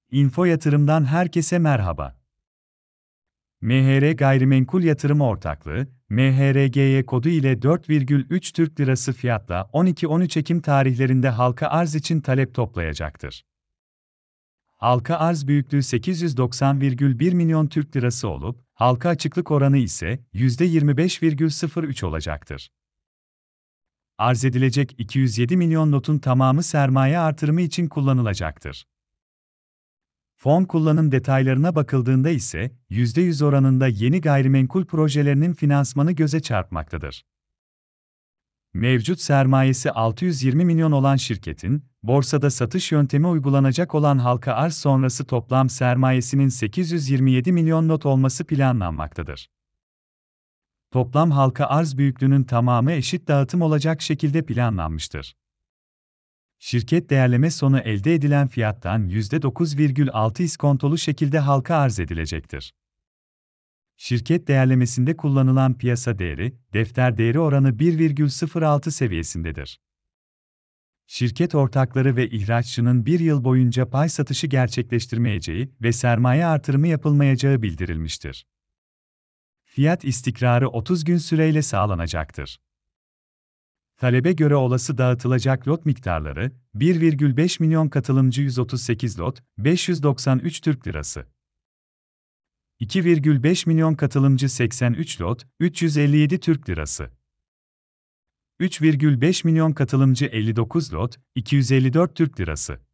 Info Yatırım'dan herkese merhaba. MHR Gayrimenkul Yatırım Ortaklığı, MHRGY kodu ile 4,3 Türk Lirası fiyatla 12-13 Ekim tarihlerinde halka arz için talep toplayacaktır. Halka arz büyüklüğü 890,1 milyon Türk Lirası olup, halka açıklık oranı ise %25,03 olacaktır. Arz edilecek 207 milyon lotun tamamı sermaye artırımı için kullanılacaktır. Fon kullanım detaylarına bakıldığında ise %100 oranında yeni gayrimenkul projelerinin finansmanı göze çarpmaktadır. Mevcut sermayesi 620 milyon olan şirketin, borsada satış yöntemi uygulanacak olan halka arz sonrası toplam sermayesinin 827 milyon lot olması planlanmaktadır. Toplam halka arz büyüklüğünün tamamı eşit dağıtım olacak şekilde planlanmıştır. Şirket değerleme sonu elde edilen fiyattan %9,6 iskontolu şekilde halka arz edilecektir. Şirket değerlemesinde kullanılan piyasa değeri, defter değeri oranı 1,06 seviyesindedir. Şirket ortakları ve ihraççının bir yıl boyunca pay satışı gerçekleştirmeyeceği ve sermaye artırımı yapılmayacağı bildirilmiştir. Fiyat istikrarı 30 gün süreyle sağlanacaktır. Talebe göre olası dağıtılacak lot miktarları, 1,5 milyon katılımcı 138 lot, 593 Türk Lirası. 2,5 milyon katılımcı 83 lot, 357 Türk Lirası. 3,5 milyon katılımcı 59 lot, 254 Türk Lirası.